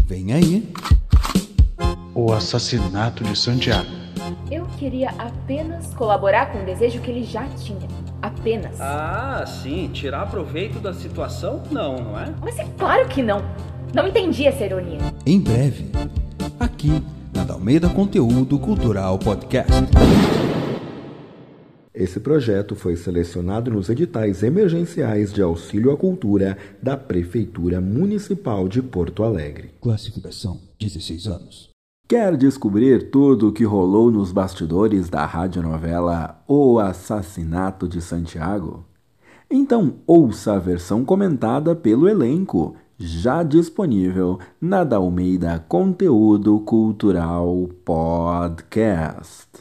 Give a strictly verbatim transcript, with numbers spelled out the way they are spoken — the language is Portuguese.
Vem aí. O assassinato de Santiago. Eu queria apenas colaborar com o desejo que ele já tinha. Apenas. Ah, sim. Tirar proveito da situação? Não, não é? Mas é claro que não. Não entendi essa ironia. Em breve, aqui na Dalmeida Conteúdo Cultural Podcast. Esse projeto foi selecionado nos editais emergenciais de auxílio à cultura da Prefeitura Municipal de Porto Alegre. Classificação dezesseis anos. Quer descobrir tudo o que rolou nos bastidores da radionovela O Assassinato de Santiago? Então ouça a versão comentada pelo elenco, já disponível na Dalmeida Conteúdo Cultural Podcast.